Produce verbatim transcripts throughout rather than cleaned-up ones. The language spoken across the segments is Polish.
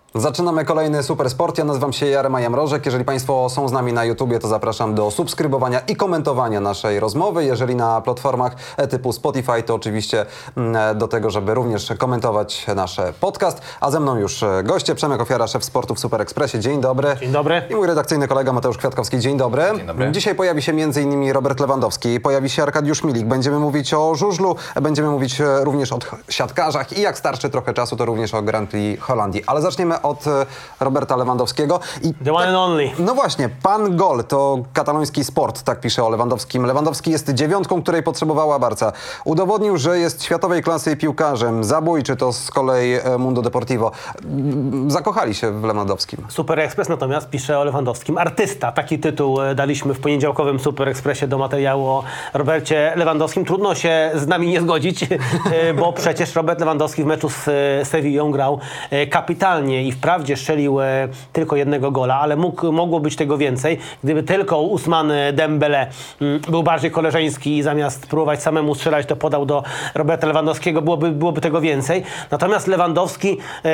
Zaczynamy kolejny Super Sport. Ja nazywam się Jarema Jamrożek. Jeżeli Państwo są z nami na YouTubie, to zapraszam do subskrybowania i komentowania naszej rozmowy. Jeżeli na platformach typu Spotify, to oczywiście do tego, żeby również komentować nasz podcast. A ze mną już goście. Przemek Ofiara, szef sportu w Super Expressie. Dzień dobry. Dzień dobry. I mój redakcyjny kolega Mateusz Kwiatkowski. Dzień dobry. Dzień dobry. Dzisiaj pojawi się między innymi Robert Lewandowski, pojawi się Arkadiusz Milik. Będziemy mówić o żużlu, będziemy mówić również o siatkarzach i jak starczy trochę czasu, to również o Grand Prix Holandii. Ale zaczniemy od Roberta Lewandowskiego. I The one and only. No właśnie, pan gol to kataloński sport, tak pisze o Lewandowskim. Lewandowski jest dziewiątką, której potrzebowała Barca. Udowodnił, że jest światowej klasy piłkarzem. Zabójczy to z kolei Mundo Deportivo. Zakochali się w Lewandowskim. Super Express natomiast pisze o Lewandowskim. Artysta. Taki tytuł daliśmy w poniedziałkowym Super Expressie do materiału o Robercie Lewandowskim. Trudno się z nami nie zgodzić, bo przecież Robert Lewandowski w meczu z Sewillą grał kapitalnie i wprawdzie strzelił e, tylko jednego gola, ale mógł, mogło być tego więcej. Gdyby tylko Ousmane Dembele m, był bardziej koleżeński i zamiast próbować samemu strzelać, to podał do Roberta Lewandowskiego, byłoby, byłoby tego więcej. Natomiast Lewandowski,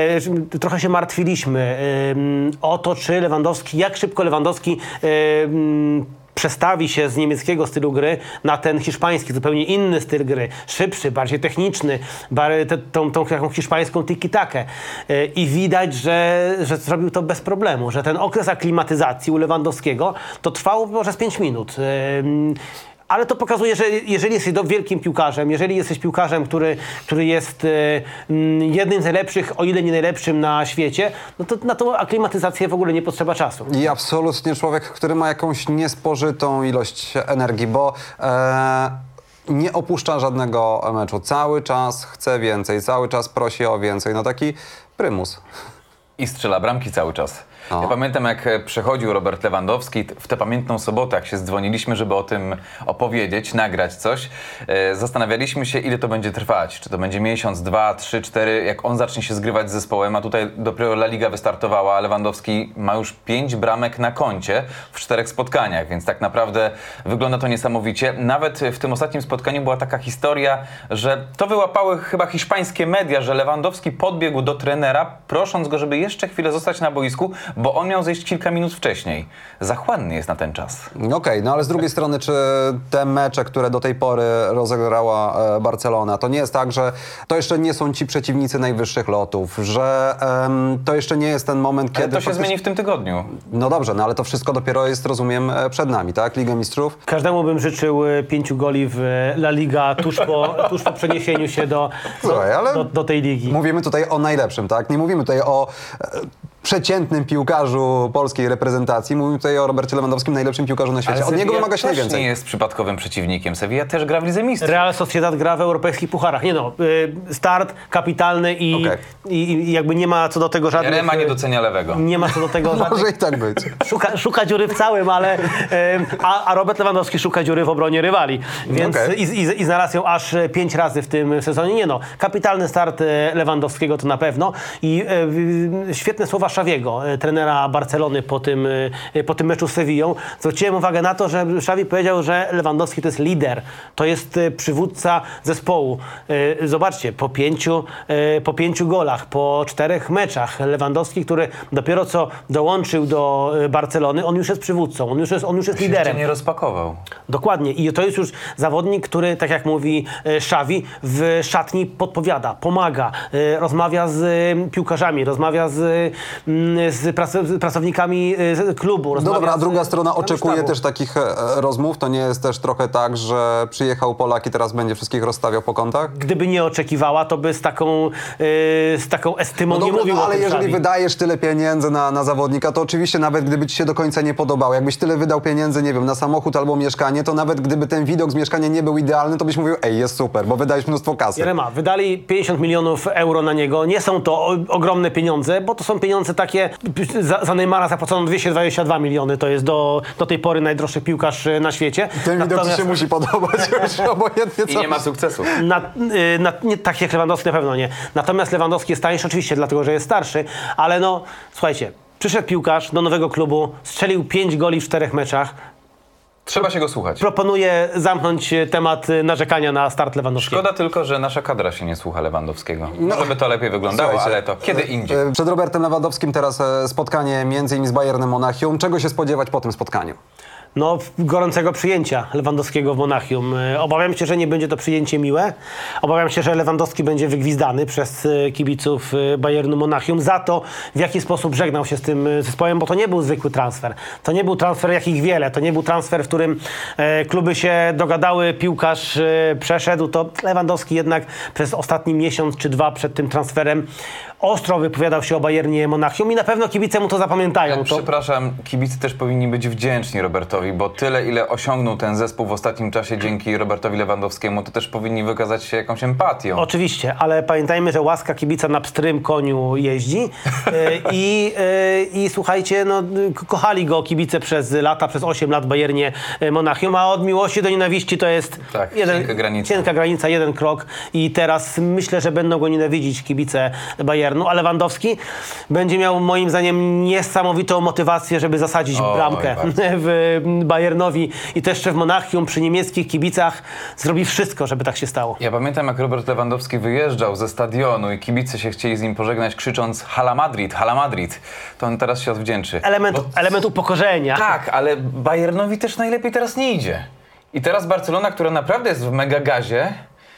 e, trochę się martwiliśmy e, o to, czy Lewandowski, jak szybko Lewandowski e, m, przestawi się z niemieckiego stylu gry na ten hiszpański, zupełnie inny styl gry. Szybszy, bardziej techniczny, bardziej te, tą, tą taką hiszpańską tiki-takę. Yy, I widać, że, że zrobił to bez problemu, że ten okres aklimatyzacji u Lewandowskiego to trwał może z pięć minut. Yy, Ale to pokazuje, że jeżeli jesteś wielkim piłkarzem, jeżeli jesteś piłkarzem, który, który jest e, jednym z najlepszych, o ile nie najlepszym na świecie, no to na tą aklimatyzację w ogóle nie potrzeba czasu. I absolutnie człowiek, który ma jakąś niespożytą ilość energii, bo e, nie opuszcza żadnego meczu. Cały czas chce więcej, cały czas prosi o więcej. No taki prymus. I strzela bramki cały czas. O. Ja pamiętam, jak przechodził Robert Lewandowski w tę pamiętną sobotę, jak się zdzwoniliśmy, żeby o tym opowiedzieć, nagrać coś. E, zastanawialiśmy się, ile to będzie trwać. Czy to będzie miesiąc, dwa, trzy, cztery, jak on zacznie się zgrywać z zespołem, a tutaj dopiero La Liga wystartowała, a Lewandowski ma już pięć bramek na koncie w czterech spotkaniach, więc tak naprawdę wygląda to niesamowicie. Nawet w tym ostatnim spotkaniu była taka historia, że to wyłapały chyba hiszpańskie media, że Lewandowski podbiegł do trenera, prosząc go, żeby jeszcze chwilę zostać na boisku, bo on miał zejść kilka minut wcześniej. Zachłanny jest na ten czas. Okej, okay, no ale z drugiej strony, czy te mecze, które do tej pory rozegrała e, Barcelona, to nie jest tak, że to jeszcze nie są ci przeciwnicy najwyższych lotów, że em, to jeszcze nie jest ten moment, kiedy... Ale to się faktycznie... zmieni w tym tygodniu. No dobrze, no ale to wszystko dopiero jest, rozumiem, przed nami, tak? Liga Mistrzów? Każdemu bym życzył e, pięciu goli w La Liga tuż po, tuż po przeniesieniu się do, do, Słuchaj, ale do, do tej ligi. Mówimy tutaj o najlepszym, tak? Nie mówimy tutaj o... E, przeciętnym piłkarzu polskiej reprezentacji. Mówimy tutaj o Robercie Lewandowskim, najlepszym piłkarzu na świecie. Ale Od niego wymaga się też najwięcej. nie jest przypadkowym przeciwnikiem. Sevilla też gra w Lidze Mistrzów. Real Sociedad gra w europejskich pucharach. Nie no, y, start kapitalny i, Okay. i, i jakby nie ma co do tego żadnych... Jarema nie docenia lewego. Nie ma co do tego żadnych... Może i tak być. Szuka, szuka dziury w całym, ale... Y, a, a Robert Lewandowski szuka dziury w obronie rywali. Więc Okay. i, i, i znalazł ją aż pięć razy w tym sezonie. Nie no, kapitalny start Lewandowskiego to na pewno. I y, świetne słowa Xaviego, trenera Barcelony po tym, po tym meczu z Sewillą. Zwróciłem uwagę na to, że Xavi powiedział, że Lewandowski to jest lider, to jest przywódca zespołu. Zobaczcie, po pięciu, po pięciu golach, po czterech meczach Lewandowski, który dopiero co dołączył do Barcelony, on już jest przywódcą, on już jest, on już jest liderem. Jeszcze nie rozpakował. Dokładnie. I to jest już zawodnik, który, tak jak mówi Xavi, w szatni podpowiada, pomaga, rozmawia z piłkarzami, rozmawia z, z pracownikami klubu. No dobra, a druga z, strona oczekuje sztabu. też takich e, rozmów. To nie jest też trochę tak, że przyjechał Polak i teraz będzie wszystkich rozstawiał po kątach? Gdyby nie oczekiwała, to by z taką, yy, z taką estymą No nie dobra, mówił no, o ale tym jeżeli Xavi. wydajesz tyle pieniędzy na, na zawodnika, to oczywiście nawet gdyby ci się do końca nie podobało, jakbyś tyle wydał pieniędzy, nie wiem, na samochód albo mieszkanie, to nawet gdyby ten widok z mieszkania nie był idealny, to byś mówił, ej, jest super, bo wydajesz mnóstwo kasy. Jarema, wydali pięćdziesiąt milionów euro na niego. Nie są to o, ogromne pieniądze, bo to są pieniądze takie, za, za Neymara zapłacono dwieście dwadzieścia dwa miliony. To jest do, do tej pory najdroższy piłkarz na świecie. Ten widok Natomiast ci się musi podobać już obojętnie I co. nie ma sukcesu. Na, y, na, nie tak jak Lewandowski, na pewno nie. Natomiast Lewandowski jest tańszy oczywiście, dlatego że jest starszy, ale no, słuchajcie, przyszedł piłkarz do nowego klubu, strzelił pięć goli w czterech meczach. Trzeba się go słuchać. Proponuję zamknąć temat narzekania na start Lewandowskiego. Szkoda tylko, że nasza kadra się nie słucha Lewandowskiego. No. Może by to lepiej wyglądało, Słuchajcie, ale to kiedy indziej. E, Przed Robertem Lewandowskim teraz e, spotkanie między innymi z Bayernem Monachium. Czego się spodziewać po tym spotkaniu? No, gorącego przyjęcia Lewandowskiego w Monachium. E, Obawiam się, że nie będzie to przyjęcie miłe. Obawiam się, że Lewandowski będzie wygwizdany przez e, kibiców e, Bayernu Monachium za to, w jaki sposób żegnał się z tym e, zespołem, bo to nie był zwykły transfer. To nie był transfer jakich wiele. To nie był transfer, w którym e, kluby się dogadały, piłkarz e, przeszedł. To Lewandowski jednak przez ostatni miesiąc czy dwa przed tym transferem ostro wypowiadał się o Bayernie Monachium i na pewno kibice mu to zapamiętają. To... Przepraszam, kibice też powinni być wdzięczni Robertowi, bo tyle, ile osiągnął ten zespół w ostatnim czasie dzięki Robertowi Lewandowskiemu, to też powinni wykazać się jakąś empatią. Oczywiście, ale pamiętajmy, że łaska kibica na pstrym koniu jeździ yy, i, yy, i słuchajcie, no, ko- kochali go kibice przez lata, przez osiem lat w Bayernie Monachium, a od miłości do nienawiści to jest Tak, jeden, cienka granica. cienka granica, jeden krok i teraz myślę, że będą go nienawidzić kibice Bayernu, a Lewandowski będzie miał moim zdaniem niesamowitą motywację, żeby zasadzić Oj, bramkę bardzo. w Bayernowi i to jeszcze w Monachium przy niemieckich kibicach zrobi wszystko, żeby tak się stało. Ja pamiętam, jak Robert Lewandowski wyjeżdżał ze stadionu i kibice się chcieli z nim pożegnać, krzycząc Hala Madrid, Hala Madrid. To on teraz się odwdzięczy. Element, Bo- element upokorzenia. Tak, ale Bayernowi też najlepiej teraz nie idzie. I teraz Barcelona, która naprawdę jest w mega gazie.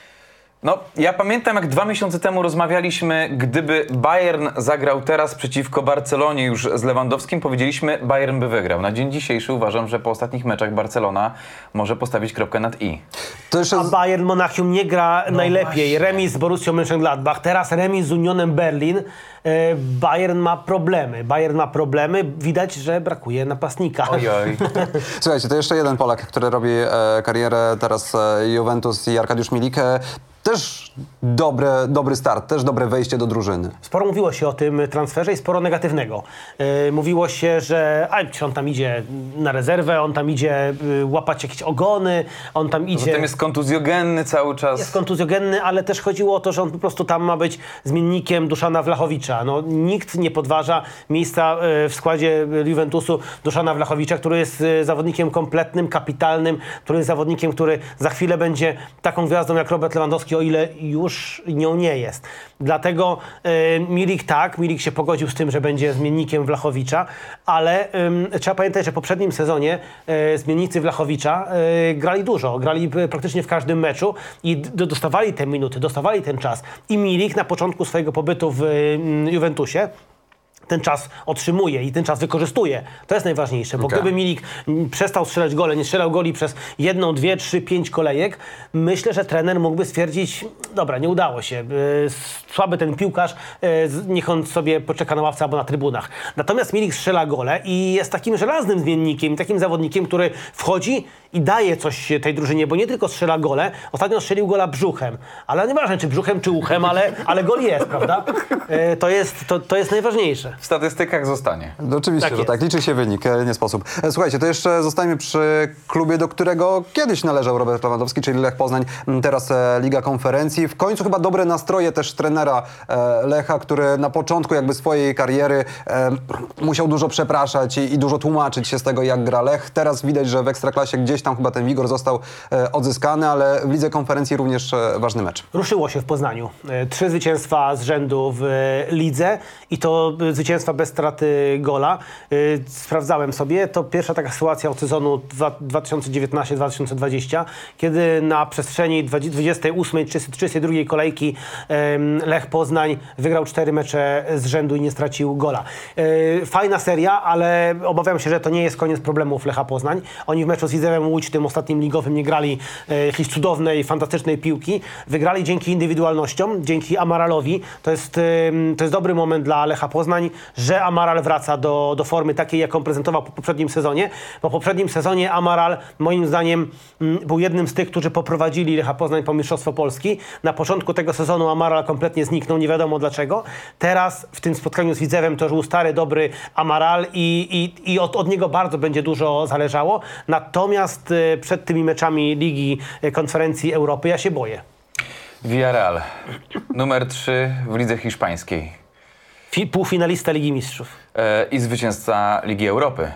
No, ja pamiętam, jak dwa miesiące temu rozmawialiśmy, gdyby Bayern zagrał teraz przeciwko Barcelonie już z Lewandowskim, powiedzieliśmy, Bayern by wygrał. Na dzień dzisiejszy uważam, że po ostatnich meczach Barcelona może postawić kropkę nad i. To jeszcze A z... Bayern Monachium nie gra najlepiej. właśnie. Remis z Borussią Mönchengladbach, teraz remis z Unionem Berlin. E, Bayern ma problemy. Bayern ma problemy. Widać, że brakuje napastnika. Ojoj. Słuchajcie, to jeszcze jeden Polak, który robi e, karierę teraz e, Juventus i Arkadiusz Milik. E, też dobre, dobry start, też dobre wejście do drużyny. Sporo mówiło się o tym transferze i sporo negatywnego. Yy, mówiło się, że a, czy on tam idzie na rezerwę, on tam idzie y, łapać jakieś ogony, on tam idzie... Zatem jest kontuzjogenny cały czas. Jest kontuzjogenny, ale też chodziło o to, że on po prostu tam ma być zmiennikiem Duszana Wlachowicza. No, nikt nie podważa miejsca y, w składzie Juventusu Duszana Wlachowicza, który jest y, zawodnikiem kompletnym, kapitalnym, który jest zawodnikiem, który za chwilę będzie taką gwiazdą jak Robert Lewandowski, o ile już nią nie jest. Dlatego y, Milik tak, Milik się pogodził z tym, że będzie zmiennikiem Wlachowicza, ale y, trzeba pamiętać, że w poprzednim sezonie y, zmiennicy Wlachowicza y, grali dużo, grali y, praktycznie w każdym meczu i d- dostawali te minuty, dostawali ten czas. I Milik na początku swojego pobytu w y, Juventusie ten czas otrzymuje i ten czas wykorzystuje. To jest najważniejsze, bo Okay. gdyby Milik mm, przestał strzelać gole, nie strzelał goli przez jedną, dwie, trzy, pięć kolejek, myślę, że trener mógłby stwierdzić, dobra, nie udało się, yy, słaby ten piłkarz, yy, z- niech on sobie poczeka na ławce albo na trybunach. Natomiast Milik strzela gole i jest takim żelaznym zmiennikiem, takim zawodnikiem, który wchodzi i daje coś tej drużynie, bo nie tylko strzela gole, ostatnio strzelił gola brzuchem, ale nieważne czy brzuchem, czy uchem, ale, ale gol jest, prawda? Yy, to jest, to, to jest najważniejsze. W statystykach zostanie. No, oczywiście, Tak że jest. tak. Liczy się wynik, e, nie sposób. E, Słuchajcie, to jeszcze zostańmy przy klubie, do którego kiedyś należał Robert Lewandowski, czyli Lech Poznań. M, Teraz e, Liga Konferencji. W końcu chyba dobre nastroje też trenera e, Lecha, który na początku jakby swojej kariery e, musiał dużo przepraszać i, i dużo tłumaczyć się z tego, jak gra Lech. Teraz widać, że w Ekstraklasie gdzieś tam chyba ten wigor został e, odzyskany, ale w Lidze Konferencji również e, ważny mecz. Ruszyło się w Poznaniu. E, Trzy zwycięstwa z rzędu w e, lidze i to e, zwycięstwa bez straty gola. E, Sprawdzałem sobie, to pierwsza taka sytuacja od sezonu dwa tysiące dziewiętnasty dwa tysiące dwudziesty, kiedy na przestrzeni dwudziestej ósmej trzydziestej drugiej kolejki em, Lech Poznań wygrał cztery mecze z rzędu i nie stracił gola. E, Fajna seria, ale obawiam się, że to nie jest koniec problemów Lecha Poznań. Oni w meczu z Widzewem Łódź, tym ostatnim ligowym, nie grali e, jakiejś cudownej, fantastycznej piłki. Wygrali dzięki indywidualnościom, dzięki Amaralowi. To jest, em, to jest dobry moment dla Lecha Poznań, że Amaral wraca do, do formy takiej, jaką prezentował po poprzednim sezonie. Po poprzednim sezonie Amaral, moim zdaniem, mm, był jednym z tych, którzy poprowadzili Lecha Poznań po Mistrzostwo Polski. Na początku tego sezonu Amaral kompletnie zniknął, nie wiadomo dlaczego. Teraz w tym spotkaniu z Widzewem to już był stary, dobry Amaral i, i, i od, od niego bardzo będzie dużo zależało. Natomiast y, przed tymi meczami Ligi y, Konferencji Europy ja się boję. Villarreal, numer trzy w lidze hiszpańskiej Fi, półfinalista Ligi Mistrzów. e, i zwycięzca Ligi Europy.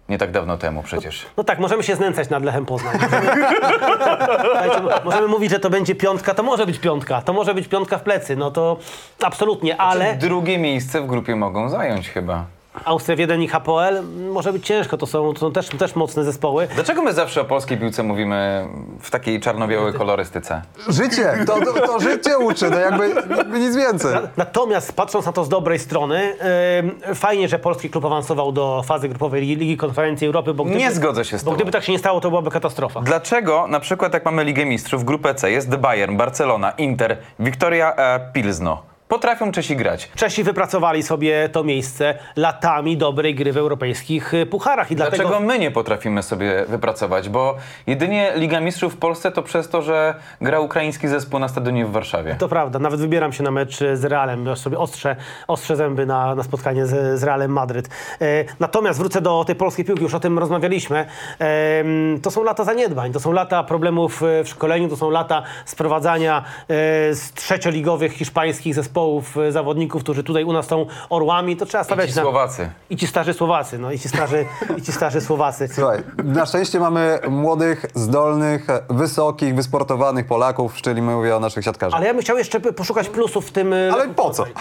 Nie tak dawno temu przecież. No tak, możemy się znęcać nad Lechem Poznań. Możemy, Słuchajcie, możemy mówić, że to będzie piątka, to może być piątka, to może być piątka w plecy, no to absolutnie, ale Drugie miejsce w grupie mogą zająć chyba. Austria Wiedeń i H P O L może być ciężko, to są, to są też, też mocne zespoły. Dlaczego my zawsze o polskiej piłce mówimy w takiej czarno-białej kolorystyce? Życie, to, to, to życie uczy, no jakby, jakby nic więcej. Natomiast patrząc na to z dobrej strony, yy, fajnie, że polski klub awansował do fazy grupowej Ligi, Ligi Konferencji Europy, bo gdyby, Nie zgodzę się z bo tobą. gdyby tak się nie stało, to byłaby katastrofa. Dlaczego na przykład jak mamy Ligę Mistrzów, grupę C jest Bayern, Barcelona, Inter, Wiktoria e, Pilzno. Potrafią Czesi grać. Czesi wypracowali sobie to miejsce latami dobrej gry w europejskich y, pucharach i Dlaczego dlatego... my nie potrafimy sobie wypracować? Bo jedynie Liga Mistrzów w Polsce to przez to, że gra ukraiński zespół na stadionie w Warszawie. To prawda, nawet wybieram się na mecz z Realem, bo sobie ostrze, ostrze zęby na, na spotkanie z, z Realem Madryt. E, natomiast wrócę do tej polskiej piłki, już o tym rozmawialiśmy. E, to są lata zaniedbań, to są lata problemów w szkoleniu, to są lata sprowadzania e, z trzecioligowych hiszpańskich zespołów zawodników, którzy tutaj u nas są orłami, to trzeba I stawiać ci na... Słowacy. I ci starzy Słowacy, no i ci starzy, i ci starzy Słowacy. Słuchaj, na szczęście mamy młodych, zdolnych, wysokich, wysportowanych Polaków, czyli mówię o naszych siatkarzach. Ale ja bym chciał jeszcze poszukać plusów w tym... Ale po co?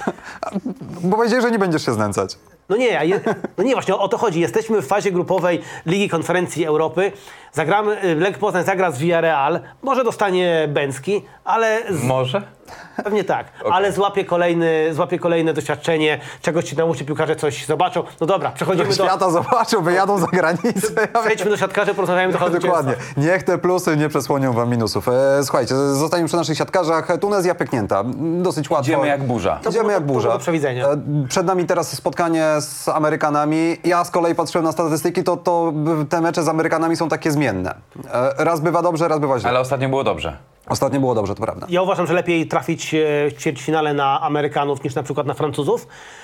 Bo powiedziałeś, że nie będziesz się znęcać. No nie, a je, no nie, właśnie o, o to chodzi. Jesteśmy w fazie grupowej Ligi Konferencji Europy. Zagramy, Lech Poznań zagra z Villarreal. Może dostanie Bęcki, ale... Z, Może? Pewnie tak, ale złapie, kolejny, złapie kolejne doświadczenie, czegoś ci nauczy piłkarze, coś zobaczą. No dobra, przechodzimy do... Świata zobaczą, wyjadą za granicę. Przejdźmy do siatkarzy, porozmawiamy trochę o Dokładnie. zwycięstwach. Niech te plusy nie przesłonią wam minusów. E, słuchajcie, zostaniemy przy naszych siatkarzach. Tunezja pęknięta. Dosyć łatwo. Idziemy jak burza. To Idziemy było- jak to burza. było do przewidzenia. E, Przed nami teraz spotkanie z Amerykanami. Ja z kolei patrzyłem na statystyki, to, to te mecze z Amerykanami są takie zmienne. E, Raz bywa dobrze, raz bywa źle. Ale ostatnio było dobrze. Ostatnio było dobrze, to prawda. Ja uważam, że lepiej trafić e, w ćwierćfinale na Amerykanów niż na przykład na Francuzów.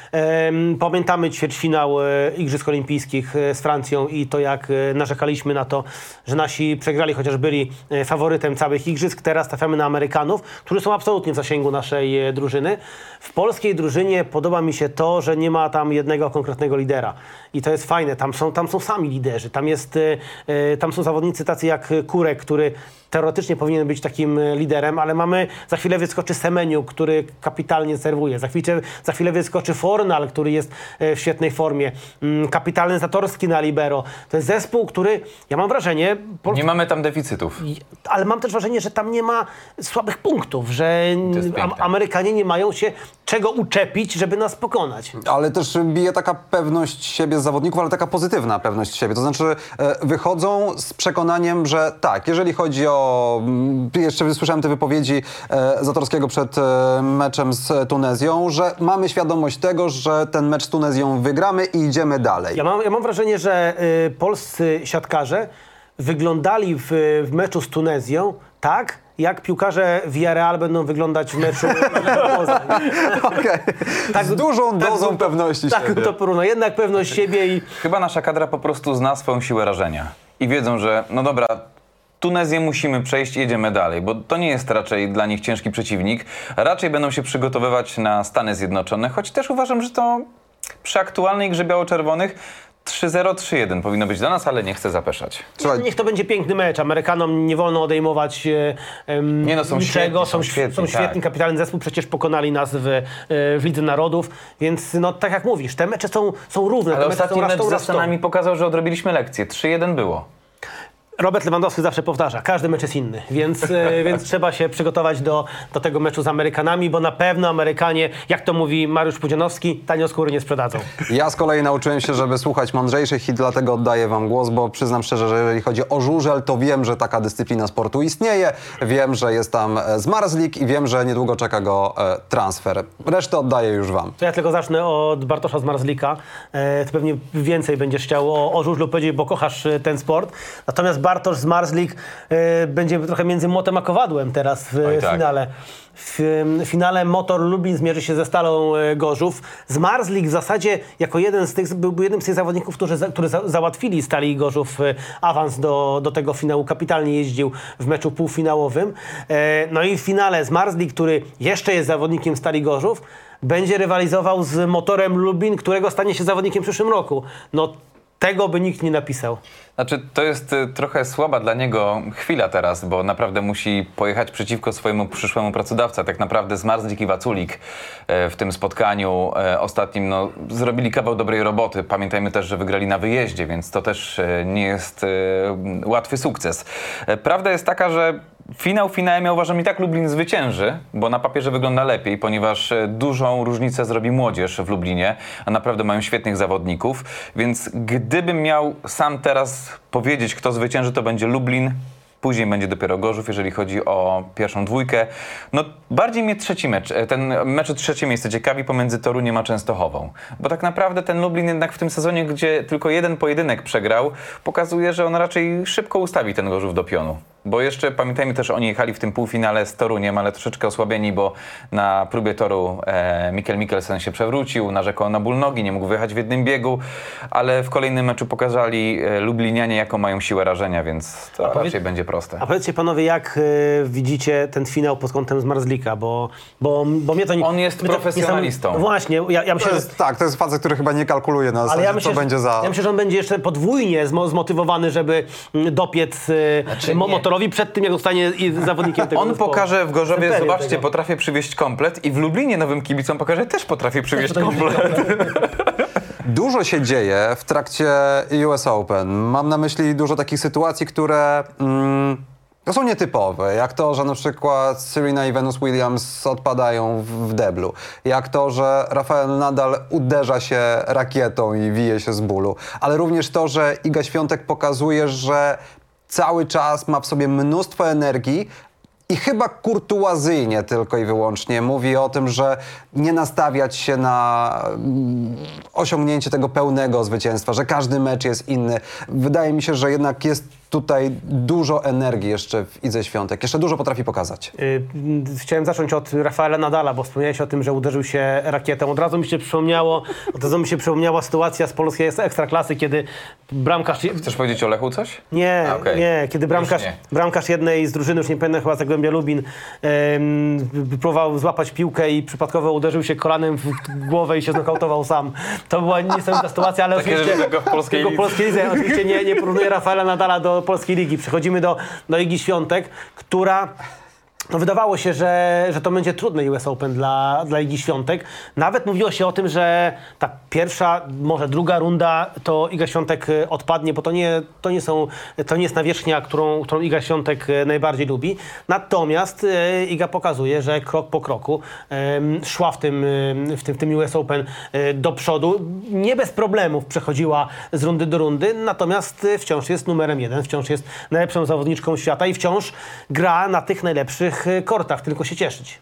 Em, Pamiętamy ćwierćfinał e, Igrzysk Olimpijskich e, z Francją i to, jak e, narzekaliśmy na to, że nasi przegrali, chociaż byli e, faworytem całych Igrzysk. Teraz trafiamy na Amerykanów, którzy są absolutnie w zasięgu naszej e, drużyny. W polskiej drużynie podoba mi się to, że nie ma tam jednego konkretnego lidera. I to jest fajne. Tam są, tam są sami liderzy. Tam, jest, e, e, tam są zawodnicy tacy jak Kurek, który teoretycznie powinien być takim liderem, ale mamy, za chwilę wyskoczy Semeniu, który kapitalnie serwuje. Za chwilę, za chwilę wyskoczy Fornal, który jest w świetnej formie. Kapitalny Zatorski na libero. To jest zespół, który, ja mam wrażenie... Nie mamy tam deficytów. Ale mam też wrażenie, że tam nie ma słabych punktów, że To jest am- piękne. Amerykanie nie mają się czego uczepić, żeby nas pokonać. Ale też bije taka pewność siebie z zawodników, ale taka pozytywna pewność siebie. To znaczy e, wychodzą z przekonaniem, że tak, jeżeli chodzi o... m, Jeszcze słyszałem te wypowiedzi e, Zatorskiego przed e, meczem z Tunezją, że mamy świadomość tego, że ten mecz z Tunezją wygramy i idziemy dalej. Ja mam, ja mam wrażenie, że y, polscy siatkarze wyglądali w, w meczu z Tunezją tak, jak piłkarze Villarreal będą wyglądać w meczu Poznań. Okej. Tak, Z dużą tak dozą bym to- pewności Tak siebie. to porówno. Jednak pewność siebie i... Chyba nasza kadra po prostu zna swoją siłę rażenia. I wiedzą, że no dobra, Tunezję musimy przejść i jedziemy dalej, bo to nie jest raczej dla nich ciężki przeciwnik. Raczej będą się przygotowywać na Stany Zjednoczone, choć też uważam, że to przy aktualnej grze biało-czerwonych trzy zero, trzy jeden powinno być dla nas, ale nie chcę zapeszać. Słuchaj, Niech to będzie piękny mecz. Amerykanom nie wolno odejmować e, em, Nie no, są niczego. świetni, są są, świetni, są świetni, tak. kapitalny zespół. Przecież pokonali nas w, e, w Lidze Narodów. Więc no tak jak mówisz, te mecze są, są równe. Ale te mecze ostatni są raz mecz tą, ze raz tą. Stanami pokazał, że odrobiliśmy lekcję. trzy jeden było. Robert Lewandowski zawsze powtarza, każdy mecz jest inny, więc, e, więc trzeba się przygotować do, do tego meczu z Amerykanami, bo na pewno Amerykanie, jak to mówi Mariusz Pudzianowski, tanio skóry nie sprzedadzą. ja z kolei nauczyłem się, żeby słuchać mądrzejszych i dlatego oddaję wam głos, bo przyznam szczerze, że jeżeli chodzi o żużel, to wiem, że taka dyscyplina sportu istnieje, wiem, że jest tam e, Zmarzlik i wiem, że niedługo czeka go e, transfer. Resztę oddaję już wam. To ja tylko zacznę od Bartosza Zmarzlika. E, ty pewnie więcej będziesz chciał o, o żużlu powiedzieć, bo kochasz e, ten sport. Natomiast Bartosz Zmarzlik e, będzie trochę między młotem a kowadłem teraz w Oj, tak. finale. W em, finale Motor Lublin zmierzy się ze Stalą e, Gorzów. Zmarzlik w zasadzie jako jeden z tych, był był jednym z tych zawodników, którzy, za, którzy za, załatwili Stali Gorzów e, awans do, do tego finału. Kapitalnie jeździł w meczu półfinałowym. E, no i w finale Zmarzlik, który jeszcze jest zawodnikiem Stali Gorzów, będzie rywalizował z Motorem Lublin, którego stanie się zawodnikiem w przyszłym roku. No tego by nikt nie napisał. Znaczy, to jest y, trochę słaba dla niego chwila teraz, bo naprawdę musi pojechać przeciwko swojemu przyszłemu pracodawcy. Tak naprawdę Zmarzlik i Waculik e, w tym spotkaniu e, ostatnim no, zrobili kawał dobrej roboty. Pamiętajmy też, że wygrali na wyjeździe, więc to też e, nie jest e, łatwy sukces. E, prawda jest taka, że finał finałem ja uważam i tak Lublin zwycięży, bo na papierze wygląda lepiej, ponieważ e, dużą różnicę zrobi młodzież w Lublinie, a naprawdę mają świetnych zawodników, więc gdybym miał sam teraz powiedzieć, kto zwycięży, to będzie Lublin, później będzie dopiero Gorzów, jeżeli chodzi o pierwszą dwójkę. No bardziej mnie trzeci mecz, e, ten mecz o trzecie miejsce ciekawi pomiędzy Toruniem a Częstochową, bo tak naprawdę ten Lublin jednak w tym sezonie, gdzie tylko jeden pojedynek przegrał, pokazuje, że on raczej szybko ustawi ten Gorzów do pionu. Bo jeszcze pamiętajmy też, oni jechali w tym półfinale z Toruniem, ale troszeczkę osłabieni, bo na próbie toru e, Mikkel Mikkelsen się przewrócił, narzekał na ból nogi, nie mógł wyjechać w jednym biegu, ale w kolejnym meczu pokazali e, Lublinianie, jaką mają siłę rażenia, więc to powiedz, raczej będzie proste. A powiedzcie panowie, jak y, widzicie ten finał pod kątem Zmarzlika, bo, bo, bo mnie to nie... On jest mnie to- profesjonalistą. No właśnie, ja, ja myślę, To że... jest, tak, to jest facet, który chyba nie kalkuluje na Ale zasadzie, ja myślę, co będzie za... ja myślę, że on będzie jeszcze podwójnie zmo- zmotywowany, żeby mm, dopiec y, Znaczy mo- nie. motorowi przed tym, jak zostanie i zawodnikiem tego On zespołu. pokaże w Gorzowie, Jestem pewien zobaczcie, tego. potrafię przywieźć komplet i w Lublinie nowym kibicom pokaże, też potrafię przywieźć komplet. Dużo się dzieje w trakcie U S Open. Mam na myśli dużo takich sytuacji, które mm, no są nietypowe. Jak to, że na przykład Serena i Venus Williams odpadają w, w deblu. Jak to, że Rafael Nadal uderza się rakietą i wije się z bólu. Ale również to, że Iga Świątek pokazuje, że cały czas ma w sobie mnóstwo energii, i chyba kurtuazyjnie tylko i wyłącznie mówi o tym, że nie nastawiać się na mm, osiągnięcie tego pełnego zwycięstwa, że każdy mecz jest inny. Wydaje mi się, że jednak jest tutaj dużo energii jeszcze w Idze Świątek. Jeszcze dużo potrafi pokazać. Y, Chciałem zacząć od Rafaela Nadala, bo wspomniałeś o tym, że uderzył się rakietą. Od razu mi się przypomniało, od razu mi się przypomniała sytuacja z polskiej ekstraklasy, kiedy bramkarz... Chcesz powiedzieć o Lechu coś? Nie, A, okej. nie, kiedy bramkarz, Już nie. bramkarz jednej z drużyny, już nie pamiętam, chyba Zagłębia Lubin, em, próbował złapać piłkę i przypadkowo uderzył się kolanem w głowę i się znokautował sam. To była niesamowita sytuacja, ale Takie oczywiście... rzeczy tylko w polskiej tylko lidze. polskiej lidze. Oczywiście nie, nie porównuję Rafaela Nadala do polskiej ligi. Przechodzimy do, do Igi Świątek, która... No wydawało się, że, że to będzie trudne U S Open dla, dla Igi Świątek. Nawet mówiło się o tym, że ta pierwsza, może druga runda to Iga Świątek e, odpadnie, bo to nie, to nie, są, to nie jest nawierzchnia, którą, którą Iga Świątek e, najbardziej lubi. Natomiast e, Iga pokazuje, że krok po kroku e, szła w tym, e, w, tym, w tym U S Open e, do przodu. Nie bez problemów przechodziła z rundy do rundy, natomiast e, wciąż jest numerem jeden, wciąż jest najlepszą zawodniczką świata i wciąż gra na tych najlepszych kortach, tylko się cieszyć.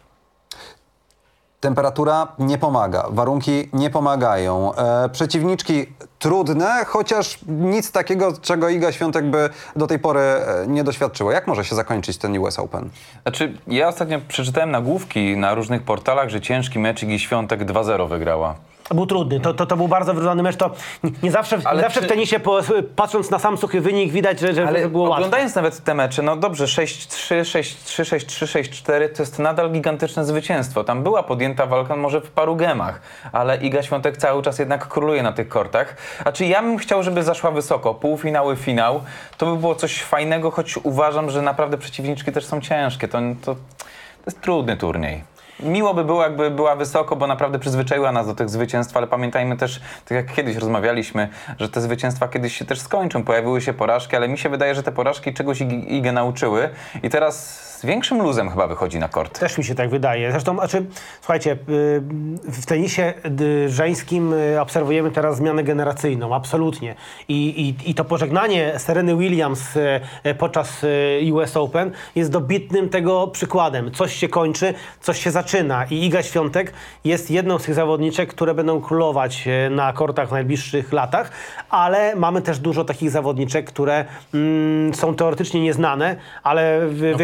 Temperatura nie pomaga, warunki nie pomagają. E, przeciwniczki trudne, chociaż nic takiego, czego Iga Świątek by do tej pory e, nie doświadczyła. Jak może się zakończyć ten U S Open? Znaczy, ja ostatnio przeczytałem nagłówki na różnych portalach, że ciężki mecz Igi Świątek dwa zero wygrała. Był trudny, to, to, to był bardzo wyrównany mecz. To nie, nie zawsze, nie Ale zawsze czy- w tenisie, po, patrząc na sam suchy wynik, widać, że, że Ale było łatwo. oglądając nawet te mecze, no dobrze, sześć trzy, sześć trzy, sześć trzy, sześć cztery to jest nadal gigantyczne zwycięstwo. Tam była podjęta walka może w paru gemach, ale Iga Świątek cały czas jednak króluje na tych kortach. A czy ja bym chciał, żeby zaszła wysoko, półfinały, finał, to by było coś fajnego, choć uważam, że naprawdę przeciwniczki też są ciężkie. To, to, to jest trudny turniej. Miło by było, jakby była wysoko, bo naprawdę przyzwyczaiła nas do tych zwycięstw, ale pamiętajmy też, tak jak kiedyś rozmawialiśmy, że te zwycięstwa kiedyś się też skończą, pojawiły się porażki, ale mi się wydaje, że te porażki czegoś Ig- Igę nauczyły i teraz z większym luzem chyba wychodzi na kort. Też mi się tak wydaje. Zresztą, znaczy, słuchajcie, y, w tenisie y, żeńskim y, obserwujemy teraz zmianę generacyjną, absolutnie. I, i, i to pożegnanie Sereny Williams y, y, podczas y, U S Open jest dobitnym tego przykładem. Coś się kończy, coś się zaczyna. I Iga Świątek jest jedną z tych zawodniczek, które będą królować y, na kortach w najbliższych latach, ale mamy też dużo takich zawodniczek, które mm, są teoretycznie nieznane, ale... W, No, wych- potrafią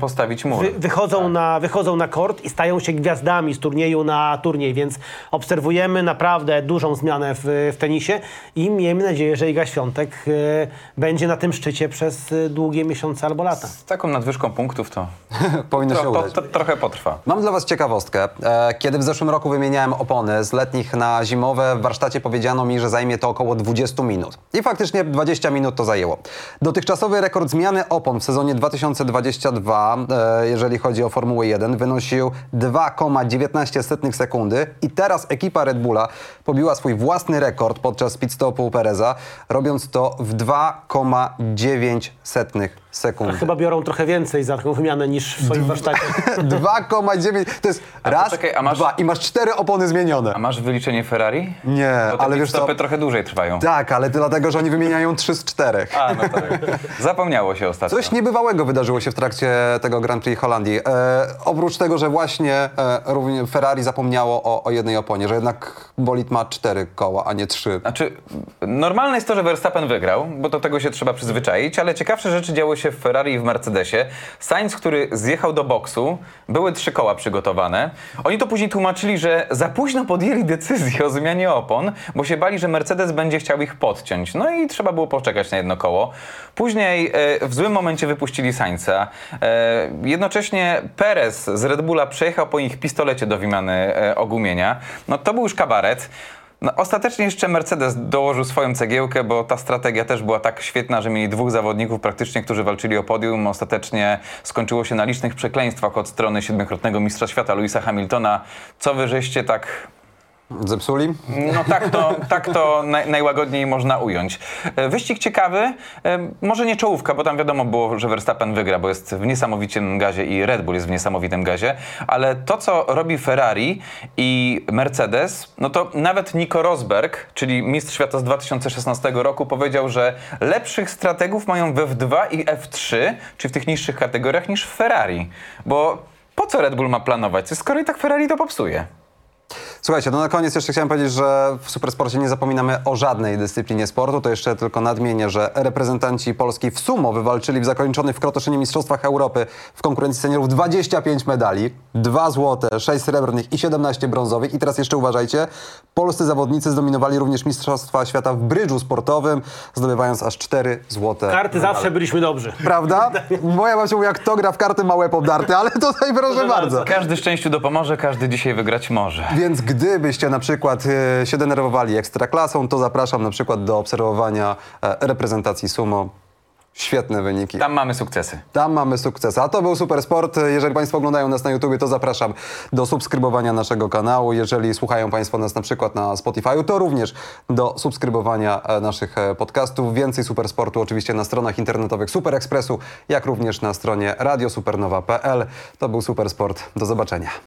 postawić mur. Wy, wychodzą, na, wychodzą na kort i stają się gwiazdami z turnieju na turniej, więc obserwujemy naprawdę dużą zmianę w, w tenisie i miejmy nadzieję, że Iga Świątek y, będzie na tym szczycie przez y, długie miesiące albo lata. Z taką nadwyżką punktów to Powinno się tro, udać. to, to, trochę potrwa. Mam dla Was ciekawostkę. E, Kiedy w zeszłym roku wymieniałem opony z letnich na zimowe, w warsztacie powiedziano mi, że zajmie to około dwadzieścia minut. I faktycznie dwadzieścia minut to zajęło. Dotychczasowy rekord zmiany opon w sezonie dwa tysiące dwudziestym drugim, e, jeżeli chodzi o Formułę jeden, wynosił dwa przecinek dziewiętnaście sekundy i teraz ekipa Red Bulla pobiła swój własny rekord podczas pit stopu Pereza, robiąc to w dwa przecinek dziewięć sekundy. Chyba biorą trochę więcej za taką wymianę niż w swoim warsztacie. dwa przecinek dziewięć. To jest raz, poczekaj, a masz- dwa i masz cztery opony zmienione. A masz wyliczenie Ferrari? Nie, Bo te ale pit wiesz co? stopy trochę dłużej trwają. Tak, ale to dlatego, że oni wymieniają trzy z czterech. A, no tak. Zapomniało się ostatnio. Coś niebywałego wydarzyło się w trakcie tego Grand Prix Holandii. E, oprócz tego, że właśnie e, również Ferrari zapomniało o, o jednej oponie, że jednak bolid ma cztery koła, a nie trzy. Znaczy, normalne jest to, że Verstappen wygrał, bo do tego się trzeba przyzwyczaić, ale ciekawsze rzeczy działy się w Ferrari i w Mercedesie. Sainz, który zjechał do boksu, były trzy koła przygotowane. Oni to później tłumaczyli, że za późno podjęli decyzję o zmianie opon, bo się bali, że Mercedes będzie chciał ich podciąć. No i trzeba było poczekać na jedno koło. Później e, w złym momencie wypuścili Sainza. E, jednocześnie Perez z Red Bulla przejechał po ich pistolecie do wymiany e, ogumienia. No to był już kabaret. No, ostatecznie jeszcze Mercedes dołożył swoją cegiełkę, bo ta strategia też była tak świetna, że mieli dwóch zawodników praktycznie, którzy walczyli o podium. Ostatecznie skończyło się na licznych przekleństwach od strony siedmiokrotnego mistrza świata Lewisa Hamiltona. Co wy żeście tak... Zepsuli? No tak to, tak to naj, najłagodniej można ująć. E, Wyścig ciekawy, e, może nie czołówka, bo tam wiadomo było, że Verstappen wygra, bo jest w niesamowitym gazie i Red Bull jest w niesamowitym gazie, ale to, co robi Ferrari i Mercedes, no to nawet Nico Rosberg, czyli mistrz świata z dwa tysiące szesnastego roku, powiedział, że lepszych strategów mają w F dwa i F trzy, czy w tych niższych kategoriach, niż w Ferrari. Bo po co Red Bull ma planować, skoro i tak Ferrari to popsuje? Słuchajcie, no na koniec jeszcze chciałem powiedzieć, że w Supersporcie nie zapominamy o żadnej dyscyplinie sportu. To jeszcze tylko nadmienię, że reprezentanci Polski w sumo wywalczyli w zakończonych w Krotoszynie Mistrzostwach Europy w konkurencji seniorów dwadzieścia pięć medali, dwa złote, sześć srebrnych i siedemnaście brązowych. I teraz jeszcze uważajcie, polscy zawodnicy zdominowali również Mistrzostwa Świata w brydżu sportowym, zdobywając aż cztery złote Karty medale. zawsze byliśmy dobrzy. Prawda? Moja babcia mówi, jak kto gra w karty, ma łeb obdarty, ale tutaj proszę bardzo. Każdy szczęściu dopomoże, każdy dzisiaj wygrać może. Więc gdybyście na przykład e, się denerwowali ekstraklasą, to zapraszam na przykład do obserwowania e, reprezentacji sumo. Świetne wyniki. Tam mamy sukcesy. Tam mamy sukces. A to był Supersport. Jeżeli Państwo oglądają nas na YouTubie, to zapraszam do subskrybowania naszego kanału. Jeżeli słuchają Państwo nas na przykład na Spotify'u, to również do subskrybowania e, naszych e, podcastów. Więcej Supersportu oczywiście na stronach internetowych Super Expressu, jak również na stronie radio supernowa kropka p l. To był Supersport. Do zobaczenia.